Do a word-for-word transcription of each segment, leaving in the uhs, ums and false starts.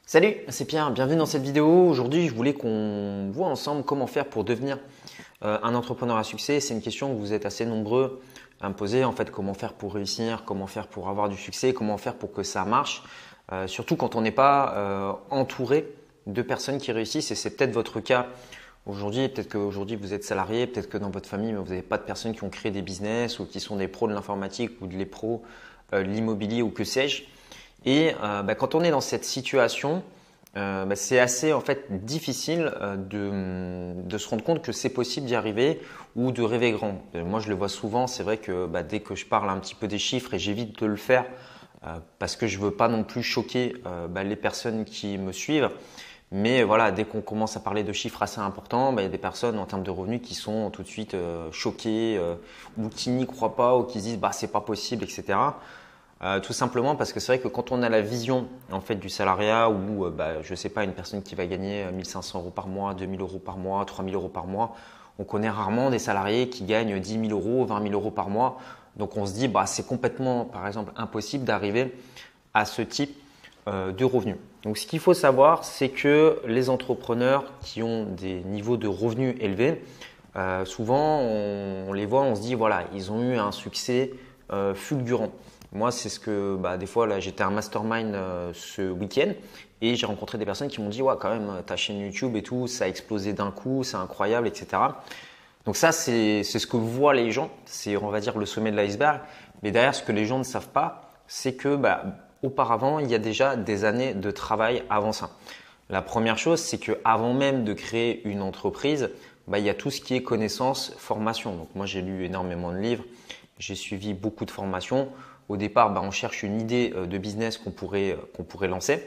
Salut, c'est Pierre, bienvenue dans cette vidéo. Aujourd'hui, je voulais qu'on voit ensemble comment faire pour devenir euh, un entrepreneur à succès. C'est une question que vous êtes assez nombreux à me poser. En fait, comment faire pour réussir, comment faire pour avoir du succès, comment faire pour que ça marche. Euh, surtout quand on n'est pas euh, entouré de personnes qui réussissent. Et c'est peut-être votre cas aujourd'hui. Peut-être qu'aujourd'hui, vous êtes salarié, peut-être que dans votre famille, vous n'avez pas de personnes qui ont créé des business ou qui sont des pros de l'informatique ou des pros euh, de l'immobilier ou que sais-je. Et euh, bah, quand on est dans cette situation, euh, bah, c'est assez en fait difficile euh, de, de se rendre compte que c'est possible d'y arriver ou de rêver grand. Euh, moi, je le vois souvent. C'est vrai que bah, dès que je parle un petit peu des chiffres, et j'évite de le faire euh, parce que je veux pas non plus choquer euh, bah, les personnes qui me suivent. Mais voilà, dès qu'on commence à parler de chiffres assez importants, bah, il y a des personnes en termes de revenus qui sont tout de suite euh, choquées euh, ou qui n'y croient pas ou qui se disent bah c'est pas possible, et cetera. Euh, tout simplement parce que c'est vrai que quand on a la vision en fait du salariat ou euh, bah, je sais pas une personne qui va gagner mille cinq cents euros par mois, deux mille euros par mois, trois mille euros par mois, on connaît rarement des salariés qui gagnent dix mille euros, vingt mille euros par mois. Donc on se dit bah c'est complètement par exemple impossible d'arriver à ce type euh, de revenus. Donc ce qu'il faut savoir c'est que les entrepreneurs qui ont des niveaux de revenus élevés, euh, souvent on, on les voit, on se dit voilà ils ont eu un succès euh, fulgurant. Moi, c'est ce que bah, des fois, là, j'étais à un mastermind euh, ce week-end et j'ai rencontré des personnes qui m'ont dit ouais, quand même, ta chaîne YouTube et tout, ça a explosé d'un coup, c'est incroyable, et cetera. Donc ça, c'est ce que voient les gens, c'est on va dire le sommet de l'iceberg. Mais derrière, ce que les gens ne savent pas, c'est que bah, auparavant, il y a déjà des années de travail avant ça. La première chose, c'est que avant même de créer une entreprise, bah, il y a tout ce qui est connaissance, formation. Donc moi, j'ai lu énormément de livres, j'ai suivi beaucoup de formations. Au départ, bah, on cherche une idée de business qu'on pourrait, qu'on pourrait lancer.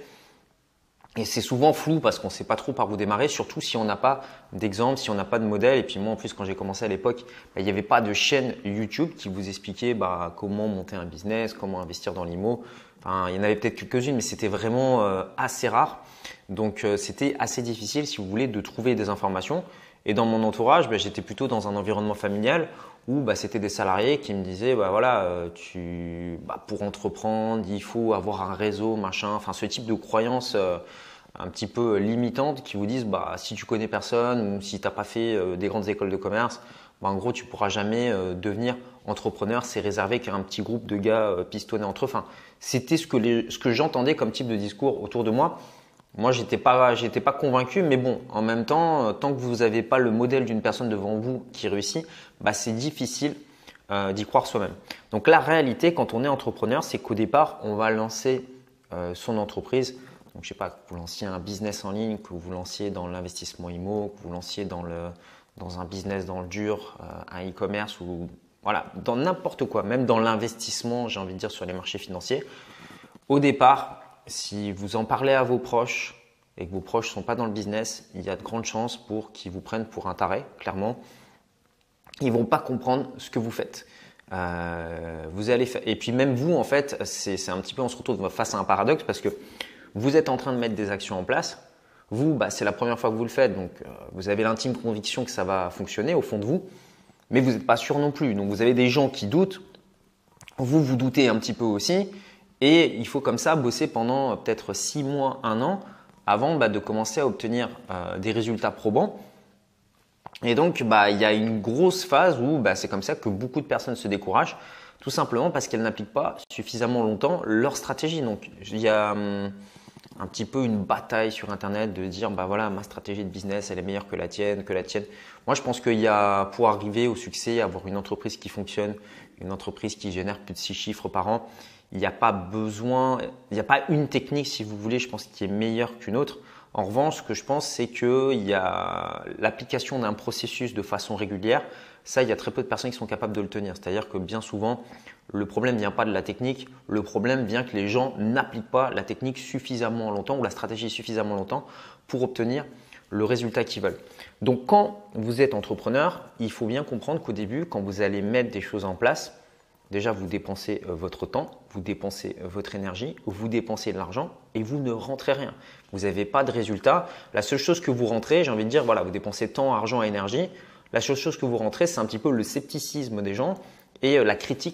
Et c'est souvent flou parce qu'on ne sait pas trop par où démarrer, surtout si on n'a pas d'exemple, si on n'a pas de modèle. Et puis moi, en plus, quand j'ai commencé à l'époque, bah, il n'y avait pas de chaîne YouTube qui vous expliquait bah, comment monter un business, comment investir dans l'immo. Enfin, il y en avait peut-être quelques-unes, mais c'était vraiment euh, assez rare. Donc, euh, c'était assez difficile, si vous voulez, de trouver des informations. Et dans mon entourage, bah, j'étais plutôt dans un environnement familial où bah, c'était des salariés qui me disaient bah, voilà, euh, tu, bah, pour entreprendre, il faut avoir un réseau, machin. Enfin, ce type de croyances euh, un petit peu limitantes qui vous disent bah, si tu connais personne ou si tu n'as pas fait euh, des grandes écoles de commerce, bah, en gros, tu ne pourras jamais euh, devenir entrepreneur. C'est réservé qu'à un petit groupe de gars euh, pistonnés entre eux. Enfin, c'était ce que, les, ce que j'entendais comme type de discours autour de moi. Moi, j'étais pas, j'étais pas convaincu, mais bon, en même temps, tant que vous n'avez pas le modèle d'une personne devant vous qui réussit, bah, c'est difficile euh, d'y croire soi-même. Donc la réalité, quand on est entrepreneur, c'est qu'au départ, on va lancer euh, son entreprise. Donc je sais pas, que vous lanciez un business en ligne, que vous lanciez dans l'investissement immo, que vous lanciez dans le, dans un business dans le dur, euh, un e-commerce ou voilà, dans n'importe quoi, même dans l'investissement, j'ai envie de dire sur les marchés financiers. Au départ, si vous en parlez à vos proches et que vos proches ne sont pas dans le business, il y a de grandes chances pour qu'ils vous prennent pour un taré, clairement. Ils ne vont pas comprendre ce que vous faites. Euh, vous allez fa- Et puis même vous, en fait, c'est, c'est un petit peu, on se retrouve face à un paradoxe parce que vous êtes en train de mettre des actions en place. Vous, bah, c'est la première fois que vous le faites, donc euh, vous avez l'intime conviction que ça va fonctionner au fond de vous, mais vous n'êtes pas sûr non plus. Donc vous avez des gens qui doutent, vous, vous doutez un petit peu aussi. Et il faut comme ça bosser pendant peut-être six mois, un an, avant bah, de commencer à obtenir euh, des résultats probants. Et donc, bah, il y a une grosse phase où bah, c'est comme ça que beaucoup de personnes se découragent, tout simplement parce qu'elles n'appliquent pas suffisamment longtemps leur stratégie. Donc, il y a hum, un petit peu une bataille sur Internet de dire bah voilà, ma stratégie de business, elle est meilleure que la tienne, que la tienne. Moi, je pense qu'il y a, pour arriver au succès, avoir une entreprise qui fonctionne, une entreprise qui génère plus de six chiffres par an, il n'y a pas besoin, il n'y a pas une technique, si vous voulez, je pense, qui est meilleure qu'une autre. En revanche, ce que je pense, c'est qu'il y a l'application d'un processus de façon régulière. Ça, il y a très peu de personnes qui sont capables de le tenir. C'est-à-dire que bien souvent, le problème ne vient pas de la technique. Le problème vient que les gens n'appliquent pas la technique suffisamment longtemps ou la stratégie suffisamment longtemps pour obtenir le résultat qu'ils veulent. Donc, quand vous êtes entrepreneur, il faut bien comprendre qu'au début, quand vous allez mettre des choses en place, déjà, vous dépensez votre temps, vous dépensez votre énergie, vous dépensez de l'argent et vous ne rentrez rien. Vous n'avez pas de résultat. La seule chose que vous rentrez, j'ai envie de dire, voilà, vous dépensez temps, argent et énergie. La seule chose que vous rentrez, c'est un petit peu le scepticisme des gens et la critique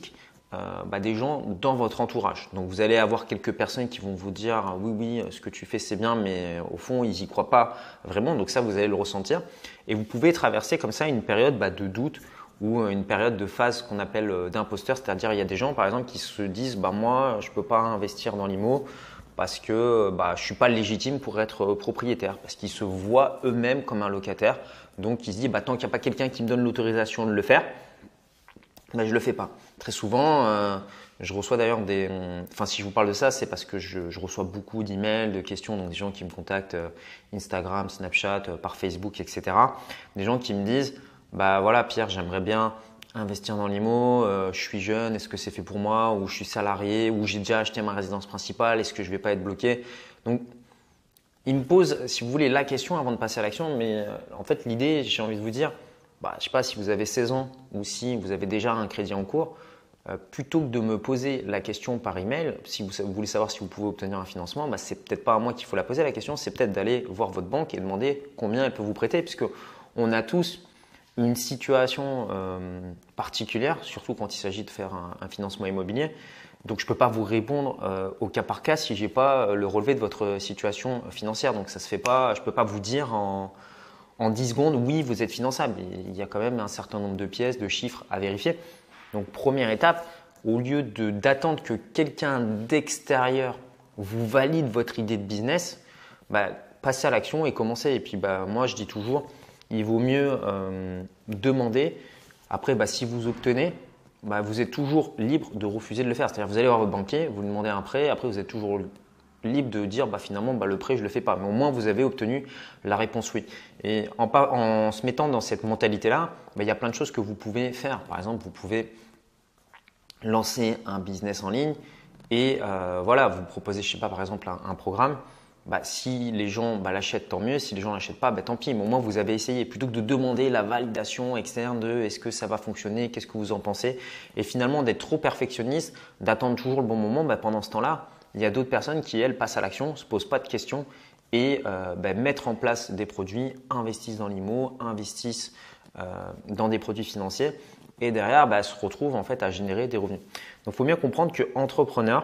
euh, bah, des gens dans votre entourage. Donc vous allez avoir quelques personnes qui vont vous dire oui, oui, ce que tu fais c'est bien, mais au fond ils n'y croient pas vraiment. Donc ça, vous allez le ressentir. Et vous pouvez traverser comme ça une période bah, de doute ou une période de phase qu'on appelle d'imposteur. C'est-à-dire il y a des gens par exemple qui se disent bah, moi je ne peux pas investir dans l'immo parce que bah, je ne suis pas légitime pour être propriétaire, parce qu'ils se voient eux-mêmes comme un locataire. Donc ils se disent bah, tant qu'il n'y a pas quelqu'un qui me donne l'autorisation de le faire, ben, je ne le fais pas. Très souvent, euh, je reçois d'ailleurs des… Enfin, si je vous parle de ça, c'est parce que je, je reçois beaucoup d'emails, de questions, donc des gens qui me contactent euh, Instagram, Snapchat, euh, par Facebook, et cetera. Des gens qui me disent bah voilà Pierre, j'aimerais bien investir dans l'immo, euh, je suis jeune, est-ce que c'est fait pour moi, ou je suis salarié, ou j'ai déjà acheté ma résidence principale, est-ce que je ne vais pas être bloqué? Donc, ils me posent, si vous voulez, la question avant de passer à l'action, mais euh, en fait, l'idée, j'ai envie de vous dire, bah, je ne sais pas si vous avez seize ans ou si vous avez déjà un crédit en cours, euh, plutôt que de me poser la question par email, si vous, vous voulez savoir si vous pouvez obtenir un financement, bah, c'est peut-être pas à moi qu'il faut la poser la question, c'est peut-être d'aller voir votre banque et demander combien elle peut vous prêter, puisque on a tous une situation euh, particulière, surtout quand il s'agit de faire un, un financement immobilier. Donc je ne peux pas vous répondre euh, au cas par cas si je n'ai pas le relevé de votre situation financière. Donc ça se fait pas, je ne peux pas vous dire en En dix secondes, oui, vous êtes finançable. Il y a quand même un certain nombre de pièces, de chiffres à vérifier. Donc, première étape, au lieu de, d'attendre que quelqu'un d'extérieur vous valide votre idée de business, bah, passez à l'action et commencez. Et puis, bah, moi, je dis toujours, il vaut mieux euh, demander. Après, bah, si vous obtenez, bah, vous êtes toujours libre de refuser de le faire. C'est-à-dire, vous allez voir votre banquier, vous lui demandez un prêt. Après, vous êtes toujours libre de dire bah, finalement bah, le prêt je ne le fais pas, mais au moins vous avez obtenu la réponse oui. Et en, en se mettant dans cette mentalité là, bah, il y a plein de choses que vous pouvez faire. Par exemple, vous pouvez lancer un business en ligne et euh, voilà, vous proposez, je sais pas, par exemple un, un programme. Bah, si les gens bah, l'achètent, tant mieux. Si les gens ne l'achètent pas, bah, tant pis. Mais au moins, vous avez essayé. Plutôt que de demander la validation externe de est-ce que ça va fonctionner, qu'est-ce que vous en pensez. Et finalement, d'être trop perfectionniste, d'attendre toujours le bon moment, bah, pendant ce temps-là, il y a d'autres personnes qui, elles, passent à l'action, ne se posent pas de questions et euh, bah, mettent en place des produits, investissent dans l'immo, investissent euh, dans des produits financiers et derrière, bah, se retrouvent en fait à générer des revenus. Donc, il faut bien comprendre qu'entrepreneur,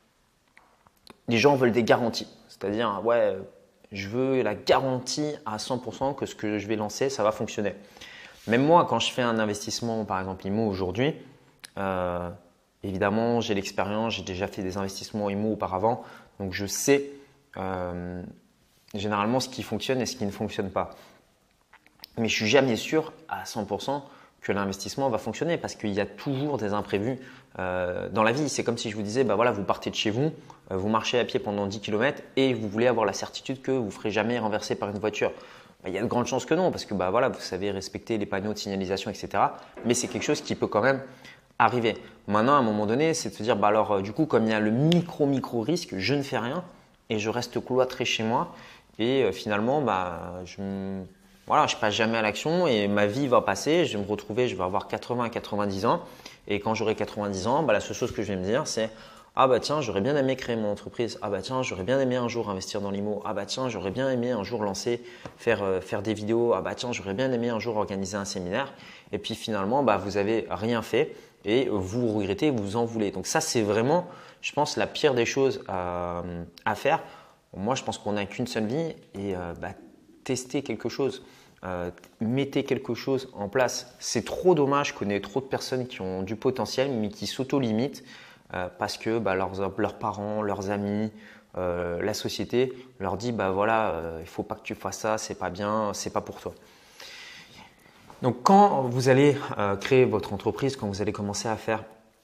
les gens veulent des garanties. C'est-à-dire, ouais, je veux la garantie à cent pour cent que ce que je vais lancer, ça va fonctionner. Même moi, quand je fais un investissement, par exemple IMO aujourd'hui, euh, évidemment, j'ai l'expérience, j'ai déjà fait des investissements IMO auparavant, donc je sais euh, généralement ce qui fonctionne et ce qui ne fonctionne pas. Mais je suis jamais sûr à cent pour cent que l'investissement va fonctionner parce qu'il y a toujours des imprévus euh, dans la vie. C'est comme si je vous disais, bah voilà, vous partez de chez vous, euh, vous marchez à pied pendant dix kilomètres et vous voulez avoir la certitude que vous ne ferez jamais renverser par une voiture. Bah, il y a de grandes chances que non parce que bah, voilà, vous savez respecter les panneaux de signalisation, et cetera. Mais c'est quelque chose qui peut quand même arriver. Maintenant, à un moment donné, c'est de se dire, bah alors euh, du coup, comme il y a le micro-micro risque, je ne fais rien et je reste cloîtré chez moi et euh, finalement, bah, je me… Voilà, je ne passe jamais à l'action et ma vie va passer. Je vais me retrouver, je vais avoir quatre-vingts à quatre-vingt-dix ans. Et quand j'aurai quatre-vingt-dix ans, bah, la seule chose que je vais me dire, c'est ah bah tiens, j'aurais bien aimé créer mon entreprise. Ah bah tiens, j'aurais bien aimé un jour investir dans l'immo. Ah bah tiens, j'aurais bien aimé un jour lancer, faire, euh, faire des vidéos. Ah bah tiens, j'aurais bien aimé un jour organiser un séminaire. Et puis finalement, bah, vous n'avez rien fait et vous regrettez, vous en voulez. Donc ça, c'est vraiment, je pense, la pire des choses à, à faire. Moi, je pense qu'on n'a qu'une seule vie et euh, bah, tester quelque chose. Euh, mettez quelque chose en place. C'est trop dommage qu'on ait trop de personnes qui ont du potentiel mais qui s'auto-limitent euh, parce que bah, leurs, leurs parents, leurs amis, euh, la société leur dit bah voilà, euh, il ne faut pas que tu fasses ça, c'est pas bien, c'est pas pour toi. Donc quand vous allez euh, créer votre entreprise, quand vous allez commencer à faire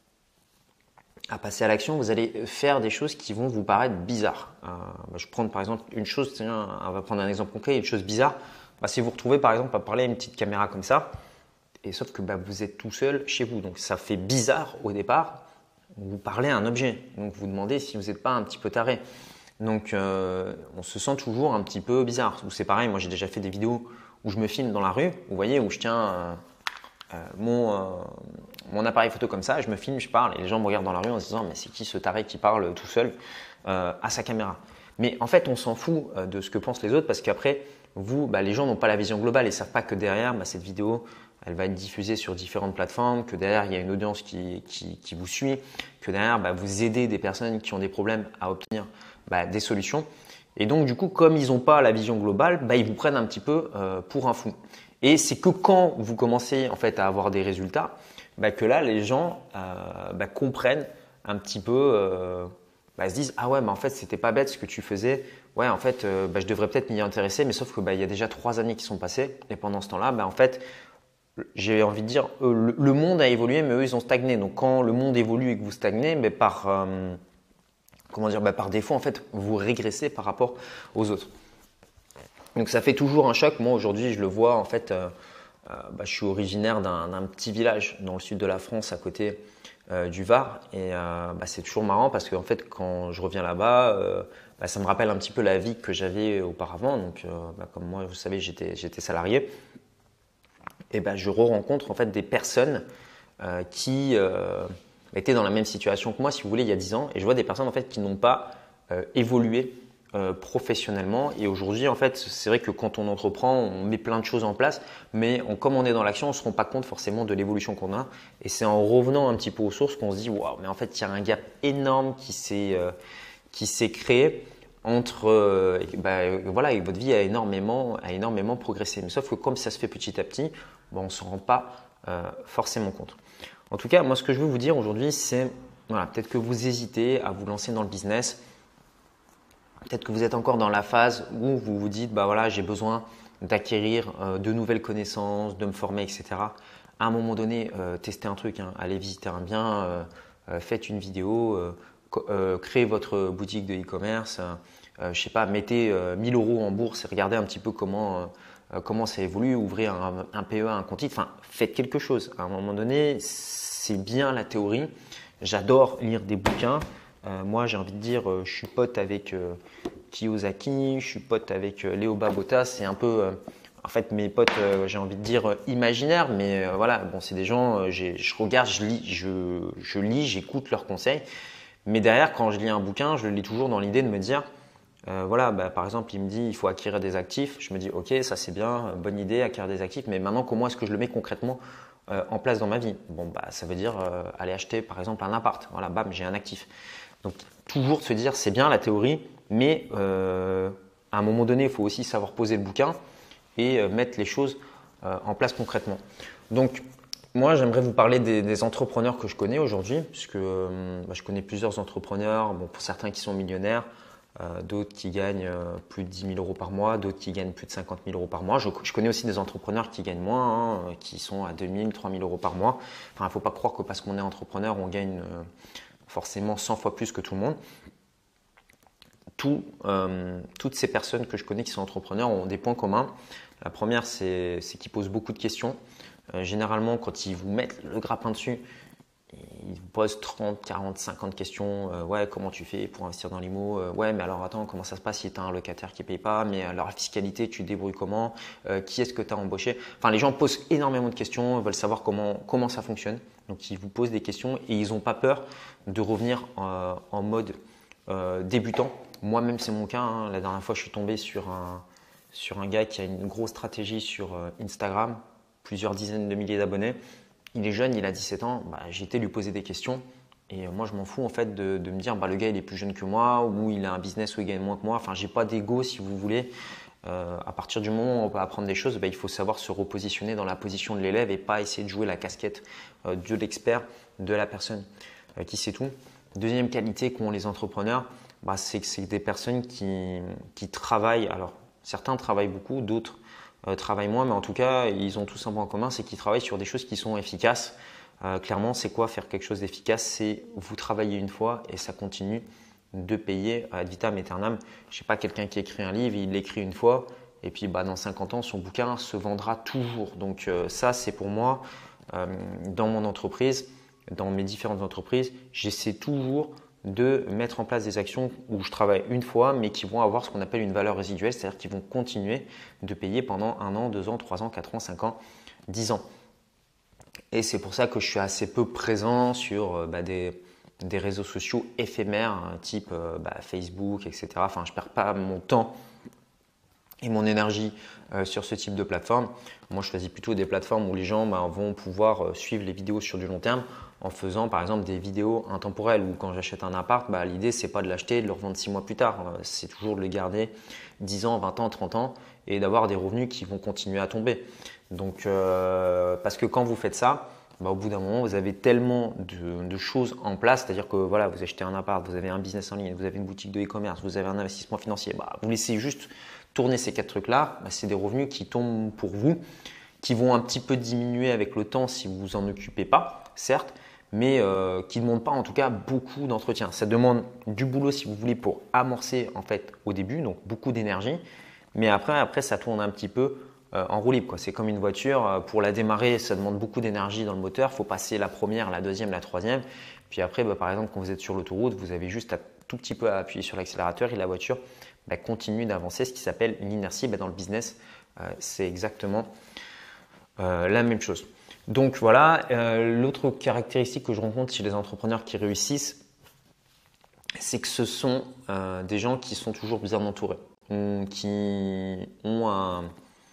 à passer à l'action, vous allez faire des choses qui vont vous paraître bizarres. Euh, bah, je vais prendre par exemple une chose, tiens, on va prendre un exemple concret, une chose bizarre. Bah, si vous vous retrouvez par exemple à parler à une petite caméra comme ça, et sauf que bah, vous êtes tout seul chez vous, donc ça fait bizarre au départ, vous parlez à un objet, donc vous demandez si vous n'êtes pas un petit peu taré. Donc euh, on se sent toujours un petit peu bizarre. Ou c'est pareil, moi j'ai déjà fait des vidéos où je me filme dans la rue, vous voyez, où je tiens euh, euh, mon, euh, mon appareil photo comme ça, je me filme, je parle, et les gens me regardent dans la rue en se disant mais c'est qui ce taré qui parle tout seul euh, à sa caméra. Mais en fait on s'en fout de ce que pensent les autres parce qu'après vous, bah, les gens n'ont pas la vision globale et ne savent pas que derrière, bah, cette vidéo, elle va être diffusée sur différentes plateformes, que derrière, il y a une audience qui, qui, qui vous suit, que derrière, bah, vous aidez des personnes qui ont des problèmes à obtenir bah, des solutions. Et donc, du coup, comme ils n'ont pas la vision globale, bah, ils vous prennent un petit peu euh, pour un fou. Et c'est que quand vous commencez en fait à avoir des résultats, bah, que là, les gens euh, bah, comprennent un petit peu, euh, bah, se disent « Ah ouais, mais en fait, c'était pas bête ce que tu faisais. Ouais, en fait, euh, bah, je devrais peut-être m'y intéresser. » Mais sauf que bah, il y a déjà trois années qui sont passées. Et pendant ce temps-là, bah, en fait, j'ai envie de dire, euh, le, le monde a évolué, mais eux, ils ont stagné. Donc, quand le monde évolue et que vous stagnez, mais par… Euh, comment dire, bah, par défaut, en fait, vous régressez par rapport aux autres. Donc ça fait toujours un choc. Moi aujourd'hui, je le vois en fait. Euh, euh, bah, je suis originaire d'un, d'un petit village dans le sud de la France, à côté euh, du Var, et euh, bah, c'est toujours marrant parce que en fait, quand je reviens là-bas, euh, bah, ça me rappelle un petit peu la vie que j'avais auparavant. Donc, euh, bah, comme moi, vous savez, j'étais, j'étais salarié, et bah, je re-rencontre en fait des personnes euh, qui euh, étaient dans la même situation que moi, si vous voulez, il y a dix ans, et je vois des personnes en fait qui n'ont pas euh, évolué Euh, professionnellement. Et aujourd'hui, en fait, c'est vrai que quand on entreprend, on met plein de choses en place, mais on, comme on est dans l'action, on ne se rend pas compte forcément de l'évolution qu'on a. Et c'est en revenant un petit peu aux sources qu'on se dit, waouh, mais en fait, il y a un gap énorme qui s'est euh, qui s'est créé entre, euh, bah, voilà, et votre vie a énormément, a énormément progressé. Mais sauf que comme ça se fait petit à petit, bon, on ne s'en rend pas euh, forcément compte. En tout cas, moi, ce que je veux vous dire aujourd'hui, c'est, voilà, peut-être que vous hésitez à vous lancer dans le business. Peut-être que vous êtes encore dans la phase où vous vous dites, bah voilà, j'ai besoin d'acquérir euh, de nouvelles connaissances, de me former, et cetera. À un moment donné, euh, testez un truc, hein, allez visiter un bien, euh, euh, faites une vidéo, euh, euh, créez votre boutique de e-commerce, euh, je sais pas, mettez euh, mille euros en bourse et regardez un petit peu comment, euh, comment ça évolue, ouvrez un, un P E A, un compte titre, enfin, faites quelque chose. À un moment donné, c'est bien la théorie. J'adore lire des bouquins. Euh, moi, j'ai envie de dire, euh, je suis pote avec euh, Kiyosaki, je suis pote avec euh, Léo Babauta. C'est un peu, euh, en fait, mes potes, euh, j'ai envie de dire euh, imaginaires, mais euh, voilà, bon, c'est des gens, euh, j'ai- je regarde, je lis, je, je lis, j'écoute leurs conseils. Mais derrière, quand je lis un bouquin, je le lis toujours dans l'idée de me dire, euh, voilà, bah, par exemple, il me dit, il faut acquérir des actifs. Je me dis, ok, ça c'est bien, euh, bonne idée, acquérir des actifs. Mais maintenant, comment est-ce que je le mets concrètement euh, en place dans ma vie? Bon, bah, ça veut dire euh, aller acheter, par exemple, un appart. Voilà, bam, j'ai un actif. Donc, toujours se dire, c'est bien la théorie, mais euh, à un moment donné, il faut aussi savoir poser le bouquin et euh, mettre les choses euh, en place concrètement. Donc, moi, j'aimerais vous parler des, des entrepreneurs que je connais aujourd'hui, puisque euh, bah, je connais plusieurs entrepreneurs, bon, pour certains qui sont millionnaires, euh, d'autres qui gagnent euh, plus de dix mille euros par mois, d'autres qui gagnent plus de cinquante mille euros par mois. Je, je connais aussi des entrepreneurs qui gagnent moins, hein, qui sont à deux mille, trois mille euros par mois. Enfin, il ne faut pas croire que parce qu'on est entrepreneur, on gagne euh, forcément cent fois plus que tout le monde. Tout, euh, toutes ces personnes que je connais qui sont entrepreneurs ont des points communs. La première, c'est, c'est qu'ils posent beaucoup de questions. Euh, généralement, quand ils vous mettent le grappin dessus, ils vous posent trente, quarante, cinquante questions. Euh, ouais, comment tu fais pour investir dans l'I M O? euh, Ouais, mais alors attends, comment ça se passe si tu as un locataire qui ne paye pas? Mais alors la fiscalité, tu te débrouilles comment? euh, Qui est-ce que tu as embauché? Enfin, les gens posent énormément de questions, veulent savoir comment, comment ça fonctionne. Donc, ils vous posent des questions et ils n'ont pas peur de revenir euh, en mode euh, débutant. Moi-même, c'est mon cas. Hein. La dernière fois, je suis tombé sur un, sur un gars qui a une grosse stratégie sur euh, Instagram, plusieurs dizaines de milliers d'abonnés. Il est jeune, il a dix-sept ans, bah, j'ai été lui poser des questions et moi je m'en fous en fait de, de me dire bah, le gars il est plus jeune que moi ou il a un business où il gagne moins que moi. Enfin, j'ai pas d'ego si vous voulez. Euh, à partir du moment où on peut apprendre des choses, bah, il faut savoir se repositionner dans la position de l'élève et pas essayer de jouer la casquette euh, de l'expert, de la personne euh, qui sait tout. Deuxième qualité qu'ont les entrepreneurs, bah, c'est que c'est des personnes qui, qui travaillent. Alors certains travaillent beaucoup, d'autres Euh, travaillent moins, mais en tout cas, ils ont tous un point en commun, c'est qu'ils travaillent sur des choses qui sont efficaces. Euh, clairement, c'est quoi faire quelque chose d'efficace? C'est vous travaillez une fois et ça continue de payer ad vitam aeternam. Je ne sais pas, quelqu'un qui écrit un livre, il l'écrit une fois et puis bah, dans cinquante ans, son bouquin se vendra toujours. Donc euh, ça, c'est pour moi, euh, dans mon entreprise, dans mes différentes entreprises, j'essaie toujours de mettre en place des actions où je travaille une fois, mais qui vont avoir ce qu'on appelle une valeur résiduelle, c'est-à-dire qu'ils vont continuer de payer pendant un an, deux ans, trois ans, quatre ans, cinq ans, dix ans. Et c'est pour ça que je suis assez peu présent sur bah, des, des réseaux sociaux éphémères, hein, type euh, bah, Facebook, et cetera. Enfin, je ne perds pas mon temps et mon énergie euh, sur ce type de plateforme. Moi, je choisis plutôt des plateformes où les gens bah, vont pouvoir euh, suivre les vidéos sur du long terme en faisant par exemple des vidéos intemporelles où quand j'achète un appart, bah, l'idée c'est pas de l'acheter et de le revendre six mois plus tard. Euh, c'est toujours de le garder dix ans, vingt ans, trente ans et d'avoir des revenus qui vont continuer à tomber. Donc, euh, parce que quand vous faites ça, bah, au bout d'un moment, vous avez tellement de, de choses en place, c'est-à-dire que voilà, vous achetez un appart, vous avez un business en ligne, vous avez une boutique de e-commerce, vous avez un investissement financier, bah, vous laissez juste tourner ces quatre trucs-là, bah, c'est des revenus qui tombent pour vous, qui vont un petit peu diminuer avec le temps si vous vous en occupez pas, certes, mais euh, qui ne demandent pas en tout cas beaucoup d'entretien. Ça demande du boulot si vous voulez pour amorcer en fait au début, donc beaucoup d'énergie, mais après, après ça tourne un petit peu euh, en roue libre. C'est comme une voiture, pour la démarrer, ça demande beaucoup d'énergie dans le moteur, il faut passer la première, la deuxième, la troisième, puis après, bah, par exemple, quand vous êtes sur l'autoroute, vous avez juste un tout petit peu à appuyer sur l'accélérateur et la voiture bah, continue d'avancer, ce qui s'appelle l'inertie. Bah, dans le business, euh, c'est exactement euh, la même chose. Donc voilà, euh, l'autre caractéristique que je rencontre chez les entrepreneurs qui réussissent, c'est que ce sont euh, des gens qui sont toujours bien entourés, qui ont un,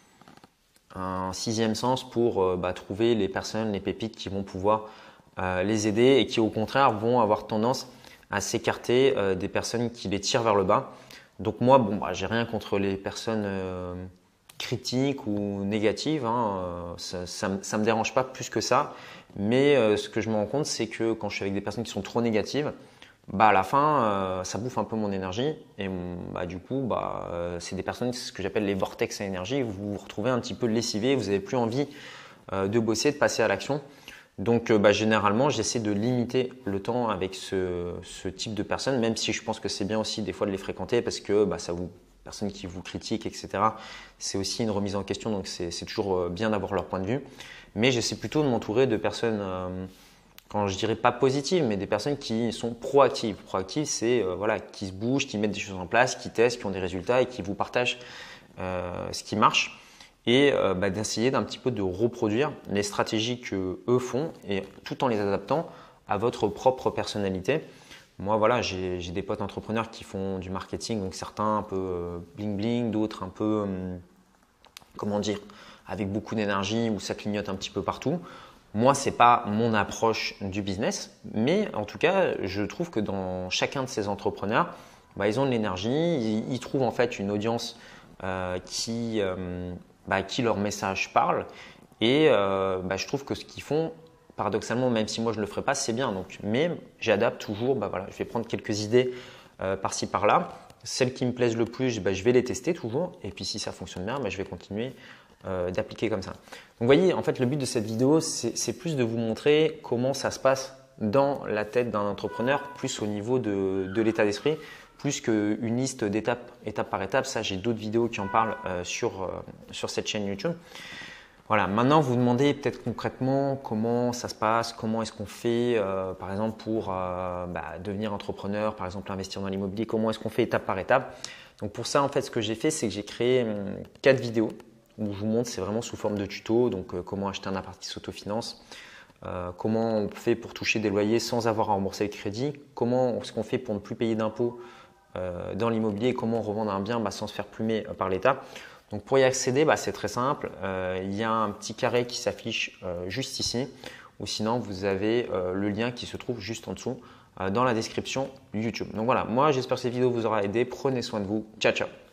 un sixième sens pour euh, bah, trouver les personnes, les pépites qui vont pouvoir euh, les aider et qui au contraire vont avoir tendance à s'écarter euh, des personnes qui les tirent vers le bas. Donc moi, bon, bah, j'ai rien contre les personnes euh, critiques ou négatives, hein. ça ne me dérange pas plus que ça. Mais euh, ce que je me rends compte, c'est que quand je suis avec des personnes qui sont trop négatives, bah, à la fin, euh, ça bouffe un peu mon énergie. Et bah, du coup, bah, euh, c'est des personnes, c'est ce que j'appelle les vortex à énergie. Vous vous retrouvez un petit peu lessivé, vous n'avez plus envie euh, de bosser, de passer à l'action. Donc euh, bah, généralement, j'essaie de limiter le temps avec ce, ce type de personnes, même si je pense que c'est bien aussi des fois de les fréquenter parce que bah, ça vous personnes qui vous critiquent, et cetera. C'est aussi une remise en question, donc c'est toujours bien d'avoir leur point de vue. Mais j'essaie plutôt de m'entourer de personnes, euh, quand je dirais pas positives, mais des personnes qui sont proactives. Proactives, c'est euh, voilà, qui se bougent, qui mettent des choses en place, qui testent, qui ont des résultats et qui vous partagent euh, ce qui marche. Et euh, bah, d'essayer d'un petit peu de reproduire les stratégies que eux font et tout en les adaptant à votre propre personnalité. Moi, voilà, j'ai des potes entrepreneurs qui font du marketing, donc certains un peu euh, bling bling, d'autres un peu, hum, comment dire, avec beaucoup d'énergie où ça clignote un petit peu partout. Moi, ce n'est pas mon approche du business, mais en tout cas, je trouve que dans chacun de ces entrepreneurs, bah, ils ont de l'énergie, ils, ils trouvent en fait une audience euh, qui, euh, bah, qui leur message parle et euh, bah, je trouve que ce qu'ils font, paradoxalement, même si moi je ne le ferai pas, c'est bien. Donc, mais j'adapte toujours, bah voilà, je vais prendre quelques idées euh, par-ci par-là. Celles qui me plaisent le plus, bah, je vais les tester toujours. Et puis si ça fonctionne bien, bah, je vais continuer euh, d'appliquer comme ça. Donc vous voyez, en fait, le but de cette vidéo, c'est plus de vous montrer comment ça se passe dans la tête d'un entrepreneur, plus au niveau de, de l'état d'esprit, plus qu'une liste d'étapes, étape par étape. Ça, j'ai d'autres vidéos qui en parlent euh, sur, euh, sur cette chaîne YouTube. Voilà, maintenant vous demandez peut-être concrètement comment ça se passe, comment est-ce qu'on fait euh, par exemple pour euh, bah, devenir entrepreneur, par exemple investir dans l'immobilier, comment est-ce qu'on fait étape par étape. Donc pour ça en fait ce que j'ai fait c'est que j'ai créé hum, quatre vidéos où je vous montre, c'est vraiment sous forme de tuto, donc euh, comment acheter un appart qui s'autofinance, euh, comment on fait pour toucher des loyers sans avoir à rembourser le crédit, comment est-ce qu'on fait pour ne plus payer d'impôts euh, dans l'immobilier et comment revendre un bien bah, sans se faire plumer euh, par l'État. Donc pour y accéder, bah, c'est très simple. Euh, il y a un petit carré qui s'affiche euh, juste ici ou sinon vous avez euh, le lien qui se trouve juste en dessous euh, dans la description YouTube. Donc voilà, moi j'espère que cette vidéo vous aura aidé. Prenez soin de vous. Ciao, ciao.